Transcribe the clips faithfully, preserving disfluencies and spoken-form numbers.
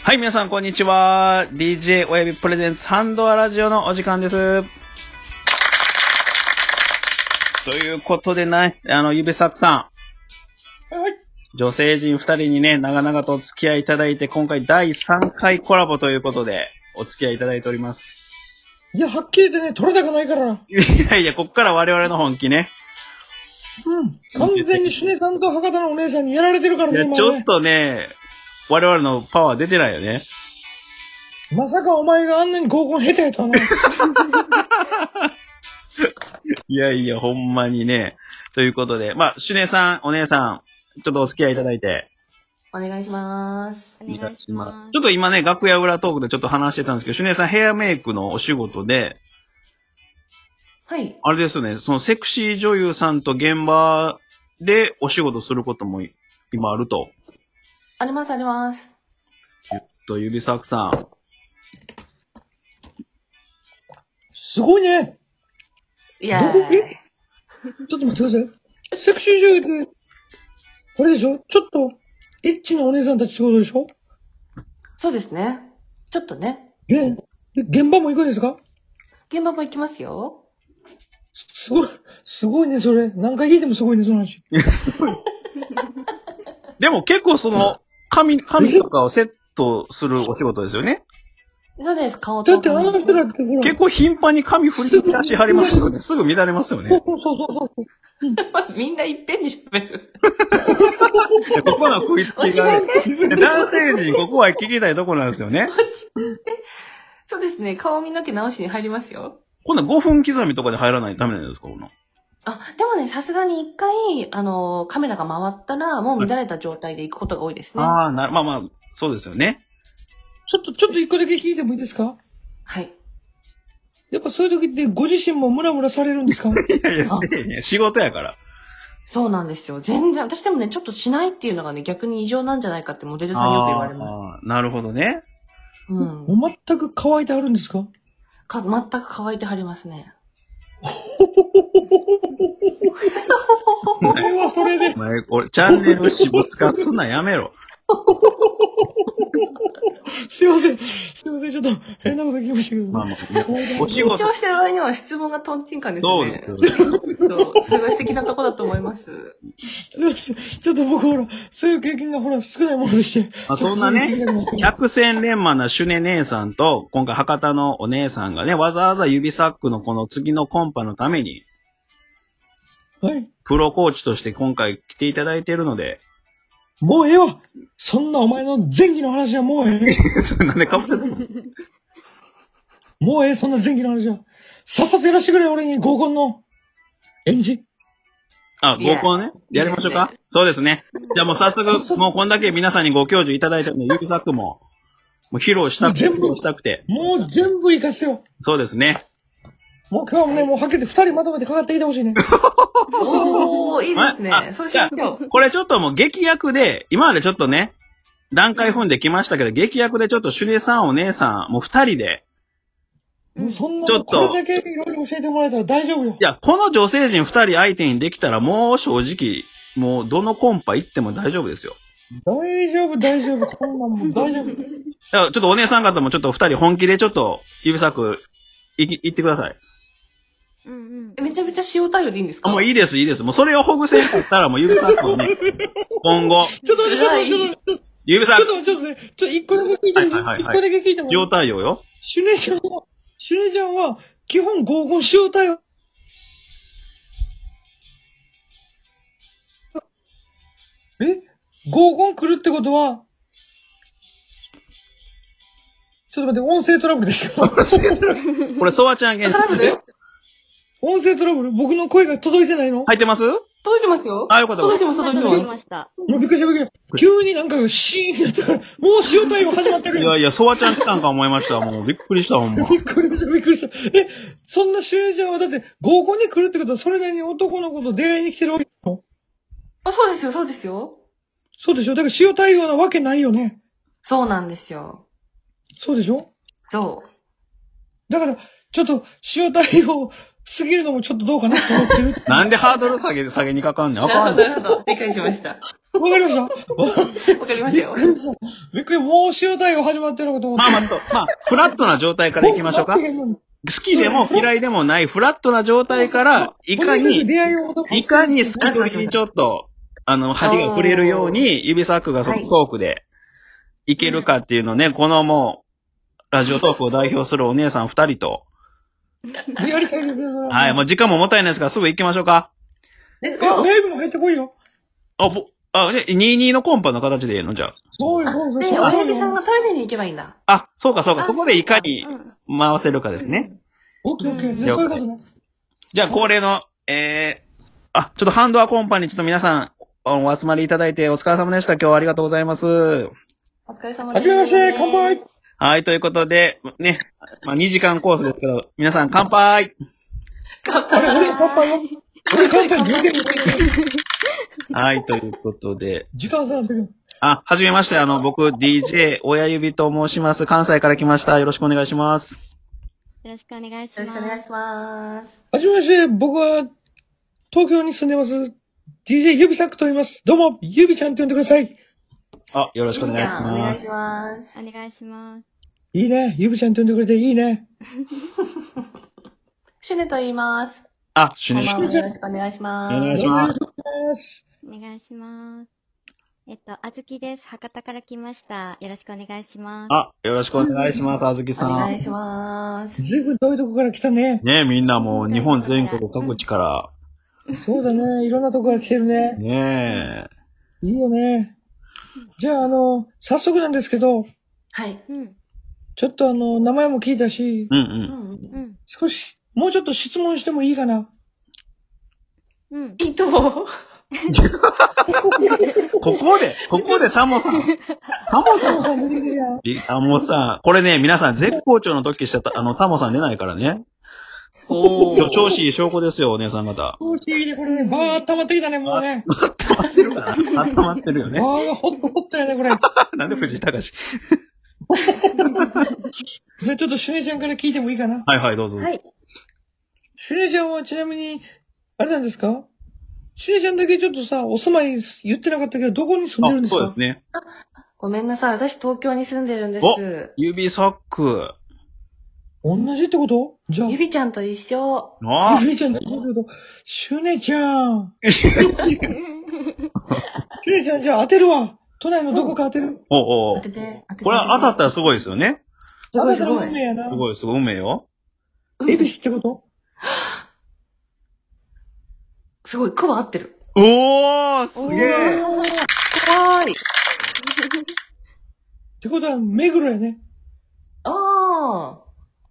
はい、皆さん、こんにちは。ディージェー おやびプレゼンツハンドアラジオのお時間です。ということでね、あの、ゆべさくさん。はい。女性陣二人にね、長々とお付き合いいただいて、今回だいさんかいコラボということで、お付き合いいただいております。 いや、はっきり言ってね、取れ高ないから。 いやいや、こっから我々の本気ね。 うん。完全にシュネさんと博多のお姉さんにやられてるからね、 いや、 今ね。 ちょっとね、我々のパワー出てないよね。 まさかお前があんなに合コン下手やとはな。 いやいや、ほんまにね。ということで、まあ、シュネさん、お姉さん、ちょっとお付き合いいただいて。 お願いします。 お願いします。ちょっと今ね、楽屋裏トークでちょっと話してたんですけど、シュネさんヘアメイクのお仕事で、 はい。 あれですよね、そのセクシー女優さんと現場でお仕事することも今あると。 あります、あります。 えっと、指作さん。 すごいね。 いやー。 どこえちょっと待ってください。セクシー女優って、あれでしょちょっと、エッチなお姉さんたちってことでしょそうですね。ちょっとね。 え、現場も行くんですか？ 現場も行きますよ。 すごい、すごいね、それ。何回聞いてもすごいね、その話。 でも結構その、髪、髪とかをセットするお仕事ですよね。 そうです、顔と。 だってあの人だってほら。 結構頻繁に髪振り出しはりますよね。すぐ乱れますよね。 そうそうそうそう。 みんないっぺんに喋る。 ここの食いつきが、男性陣、ここは聞きたいところなんですよね。 そうですね、顔髪の毛直しに入りますよ。 こんなごふん刻みとかで入らないとダメなんですか、この。 あ、でもね、さすがに一回、あの、カメラが回ったら、もう乱れた状態で行くことが多いですね。 ああ、なる、まあまあ、そうですよね。 ちょっと、ちょっと一個だけ聞いてもいいですか？ はい。 やっぱそういう時ってご自身もムラムラされるんですか？ いやいや、いや仕事やから。 そうなんですよ。全然、私でもね、ちょっとしないっていうのがね、逆に異常なんじゃないかってモデルさんによく言われます。 ああ、なるほどね。 うん。 もう全く乾いてあるんですか？ か、全く乾いてはりますね。 これはそれで。 お前、俺、チャンネル私物化すんなやめろ。 すいません。すいません。ちょっと変なこと聞きましたけど。 まあまあ、お仕緊事。 張してる割には質問がトンチンカンですね。 そうですよ。 そう。すごい素敵なとこだと思います。 すいません。ちょっと僕ほら、そういう経験がほら少ないものでして。 まあ、そんなね、百戦錬磨なシュネ姉さんと、今回博多のお姉さんがね、わざわざ指サックのこの次のコンパのために、 はい。 プロコーチとして今回来ていただいているので。 もうええわ。そんなお前の前期の話はもうええ。なんでかぶせたの？ もうええ、そんな前期の話は。さっさとやらしてくれ、俺に合コンの演じ。 あ、合コンね。やりましょうか。そうですね。じゃあもう早速、もうこんだけ皆さんにご教授いただいたので、指サックも、もう披露したくて、披露したくて。 もう全部活かすよ。 そうですね。 もう今日もね、もうはっきり二人まとめてかかってきてほしいね。 おー、いいですね。そうしましょう。 これちょっともう劇薬で、今までちょっとね、段階踏んできましたけど、劇薬でちょっとシュネさんお姉さん、もう二人で。 もうそんな、 ちょっとこれだけいろいろ教えてもらえたら大丈夫よ。 いや、この女性陣二人相手にできたらもう正直、もうどのコンパ行っても大丈夫ですよ。 大丈夫、大丈夫。こんなんもん大丈夫。 いや、ちょっとお姉さん方もちょっと二人本気でちょっと、指サク、いき、言ってください。 うんうん。めちゃめちゃ塩対応でいいんですか？ もういいです、いいです。もうそれをほぐせんかったらもう指サクをね、今後、 ちょっと待って、ちょっと待って、ちょっと待って。 指サク、 ちょっと、ちょっとね、ちょっと一個だけ聞いてもいい？ はいはいはいはい一個だけ聞いてもいい？ 塩対応よ。 シュネちゃんは、シュネちゃんは、基本合コン塩対応。え合コン来るってことは、ちょっと待って、音声トラブルですか？ これ、ソワちゃん現トラブル音声トラブル僕の声が届いてないの？ 入ってます？ 届いてますよ。 あ、よかった。 届いてます、届いてます。 ました。 もうびっくりした、びっくりした。急になんかシーンになったから、もう塩対応始まってるよ。 いやいや、ソワちゃん来たんか思いました。もうびっくりした、ほんま。 びっくりした、びっくりした。え、そんなシュネちゃんはだって合コンに来るってことはそれなりに男の子と出会いに来てるわけでしょ？ あ、そうですよ、そうですよ。 そうでしょ？だから塩対応なわけないよね。 そうなんですよ。 そうでしょ？ そう。 だから、ちょっと塩対応すぎるのもちょっとどうかなと思ってる。 なんでハードル下げ、下げにかかんねん。あかんねん。 なるほど。理解しました。 わかりましたわかりますよ。 びっくりした。びっくり、もう塩対応始まってるのかと思って。 まあまあ、まあ、フラットな状態から行きましょうか。好きでも嫌いでもないフラットな状態から、いかに、いかに好き取りにちょっと、あの、針が触れるように、指サックがそのトークでいけるかっていうのね、このもう、ラジオトークを代表するお姉さん二人と、 やりたいですよ。 はい、もう時間ももったいないですからすぐ行きましょうか。 レッツえ、 ゴー。 ライブも入ってこいよ。 あ、ぼ、あ、ね、にじゅうにのコンパの形でいいのじゃそうよ、そうよ、 で、 そう親指さんよ。 がトイレに行けばいいんだ。 あ。あ、そうかそうか、そこでいかにうん回せるかですね。 オッケーオッケー。じゃあそういうことね。 じゃあ恒例の、えー、あ、ちょっとハンドアコンパにちょっと皆さん、お集まりいただいてお疲れ様でした。今日はありがとうございます。 お疲れ様です。 はじめまして、乾杯。 はい、ということで、ね、まあ、にじかんコースですけど、皆さん乾杯乾あれ、俺乾杯よ。俺乾杯全然はい、ということで、 時間差なんてる。 あ、はじめまして、あの、僕、ディージェー 親指と申します。関西から来ました。よろしくお願いします。 よろしくお願いしよろます。 しくお願いします。 はじめまして、僕は、東京に住んでます。ディージェー 指サックと言います。どうも、指ちゃんと呼んでください。 あ、よろしくお願いしじゃあお願ます。 いします。 お願いします。 いいね。指ちゃんと呼んでくれていいね。 シュネと言います。 あ、シュネシュこんばんは。よろしくお願いします。 お願いします。 ます。 お願いします。えっと、あずきです。博多から来ました。よろしくお願いします。 あ、よろしくお願いします。あずきさん。 お願いします。 ずいぶん遠いとこから来たね。 ねみんなもう日本全国各地かそうだね。いろんなとこから来てるねら。。ねえ。 いいよね。じゃあ、あの、早速なんですけど、 はい。 うん。 ちょっとあの、名前も聞いたし、 うんう。 うんん。 うん。 少し、もうちょっと質問してもいいかな。 うん。 いいと思う。 ここで、ここでサモさん。タモさんさん出てくるやん。 いあ、もうさ、これね、皆さん絶好調の時してた、あの、タモさん出ないからね。 お今日調子いい証拠ですよ、お姉さん方。 調子いいね、これね、バー溜まってきたね、もうね。 温まってるかな温まってるよバね。 ーがほっとほったよね、これ。 なんで藤井隆じゃあちょっとシュネちゃんから聞いてもいいかな。 はいはい、どうぞ。 はい。 シュネちゃんはちなみに、あれなんですかシュネちゃんだけちょっとさ、お住まい言ってなかったけど、どこに住んでるんあ、 ですかそうですね。 ごめんなさい。私東京に住んでるんです。 お指サック。 同じってことじゃあ、 ゆびちゃんと一緒。 あゆめちゃんってことシュネちゃん。シュネちゃん、じゃあ当てるわ。都内のどこか当てる。 おお当てて、当てて。 これ当たったらすごいですよね。 すごいすごあなたの運命い。 やなす。ごい、すごい、運命よ。 恵比寿ってことすごい、句は合ってる。 おーすげえおー、すごい。 ってことは、目黒やね。 あ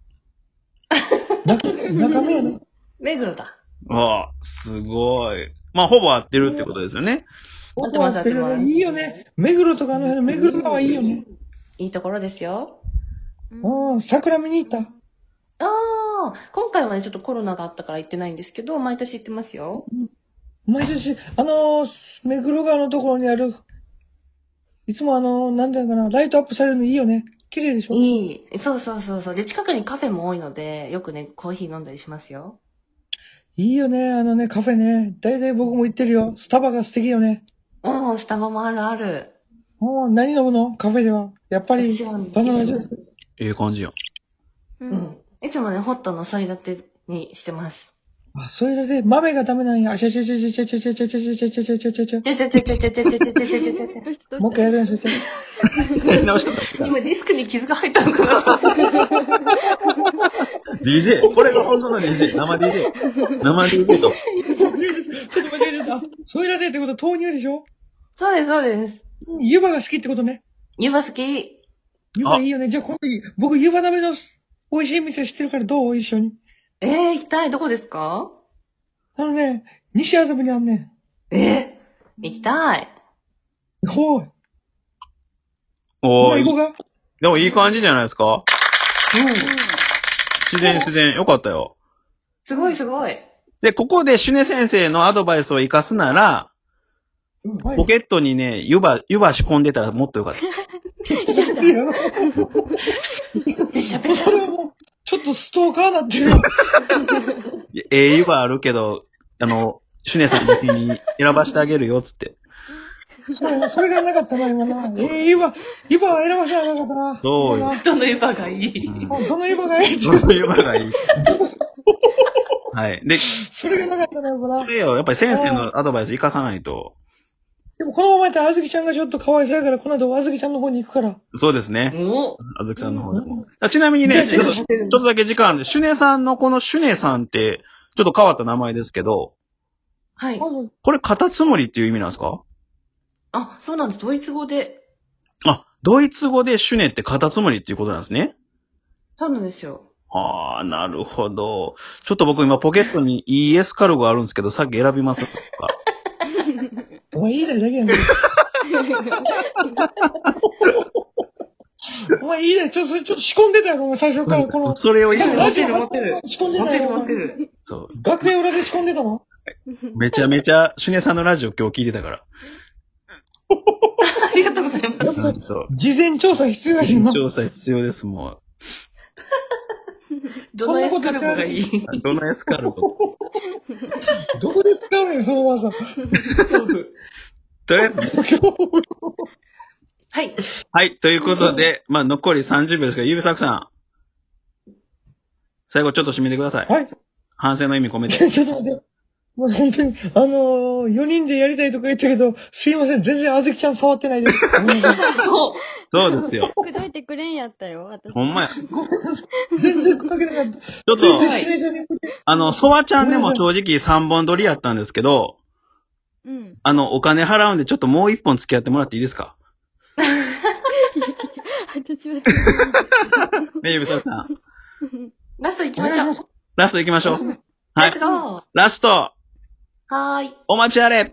中、中目やね。 ー、目黒だ。 あすごい。まあ、ほぼ合ってるってことですよね。 合ってます合ってますいいよね。目黒とかあの辺の目黒川いいよね。 いいところですよ。 うん。 うん、桜見に行った。 ああ、今回はね、ちょっとコロナがあったから行ってないんですけど、毎年行ってますよ。 毎年、あのー、目黒川のところにある、いつもあのー、なんだろうかな、ライトアップされるのいいよね。綺麗でしょいい。そうそうそうそう。で、近くにカフェも多いので、よくね、コーヒー飲んだりしますよ。 いいよね、あのね、カフェね。だいたい僕も行ってるよ。スタバが素敵よね。 うん、スタバもあるある。 うん、何飲むのカフェでは。やっぱり私、はねバナナジュース。 ええ感じやん。 う。 うんん。いつもね、ホットのソイラテにしてます。 あ、それで豆がダメなんや。あちゃちゃちゃちゃちゃちゃちゃちゃちゃちゃちゃちゃちゃちゃちゃちゃ。 ちゃちゃちゃちゃちゃちゃちゃちゃちゃちゃちゃちゃちゃ。 もう一回やるんですよ。 やり直したか今ディスクに傷が入ったのかなと思って。 ディージェー。これが本当の ディージェー。生 ディージェー。生 ディージェーと。 ちょっと待ってください。あ、ソイラテってことは豆乳でしょそうです、そうです。 湯葉が好きってことね。 湯葉好き。 湯葉いいよね。じゃあ今度、僕湯葉鍋の美味しい店知ってるからどう一緒に。 えー、行きたい。どこですか？ あのね、西麻布にあんねえー、行きたい。 ん。ほう。 おー今行こうか。 でもいい感じじゃないですか。 うん。 自然自然。よかったよ。 すごいすごい。 で、ここでシュネ先生のアドバイスを活かすなら、 うん、はい。 ポケットにね、湯葉、湯葉仕込んでたらもっとよかった。 めちゃめちゃそ。れはもう、 ちょっとストーカーなってるよ。 ええ湯葉あるけど、あの、シュネさんの日に選ばしてあげるよ、つって。 そうそれがなかったな、今な。ええ湯葉、湯葉は選ばせなかったな。 そうよ。 どの湯葉がいい、 うんどの湯葉がいいって。 どの湯葉がいい。はい。で、 それがなかったな、やっぱな。 それよ、やっぱり先生のアドバイス活かさないと。 でもこのままやったらあずきちゃんがちょっとかわいそうやから、この後あずきちゃんの方に行くから。 そうですね。 おあずきさんの方でも。あちなみにね、ちょっとちょっとだけ時間あるんで、シュネさんのこのシュネさんって、ちょっと変わった名前ですけど、 はい。 これカタツムリっていう意味なんですか？ あ、そうなんです。ドイツ語で。 あ、ドイツ語でシュネってカタツムリっていうことなんですね。 そうなんですよ。 ああ、なるほど。ちょっと僕今ポケットに イーエス カルゴあるんですけど、さっき選びますか？ お前いいだけだけやんけ。お前いいだちょっと、それちょっと仕込んでたよ、お前最初からこの。 それを今、 持ってる持ってる。 仕込んで持ったてるよ。 持ってる。 そう。 楽屋裏で仕込んでたの？ めちゃめちゃ、シュネさんのラジオ今日聞いてたから。 ありがとうございます。 そう。 事前調査必要やけどな。 調査必要です、もどのエスカルゴがいい？ う。どのエスカルゴ？ どこで使うねん、その技。 とりあえず、 はい。 はい、ということで、まあ残りさんじゅうびょうですから、ゆうさくさん。最後ちょっと締めてください。 はい。 反省の意味込めて。 ちょっと待って。もう本当に、あのー、よにんでやりたいとか言ったけど、すいません、全然あずきちゃん触ってないです。ごめんなさい。 そうですよ。 口説いてくれんやったよ、私。 ほんまや。 全然かけなかった。 ちょっと、 全然失礼者に。 あの、ソワちゃんでも正直さんぼん撮りやったんですけど、 うん。 あの、お金払うんでちょっともういっぽん付き合ってもらっていいですか？ 私はそうね、ゆうさくさん。 ラスト行きましょう。 ラスト行きましょう。はいラス。ト。 ラスト、 はーい。 お待ちあれ。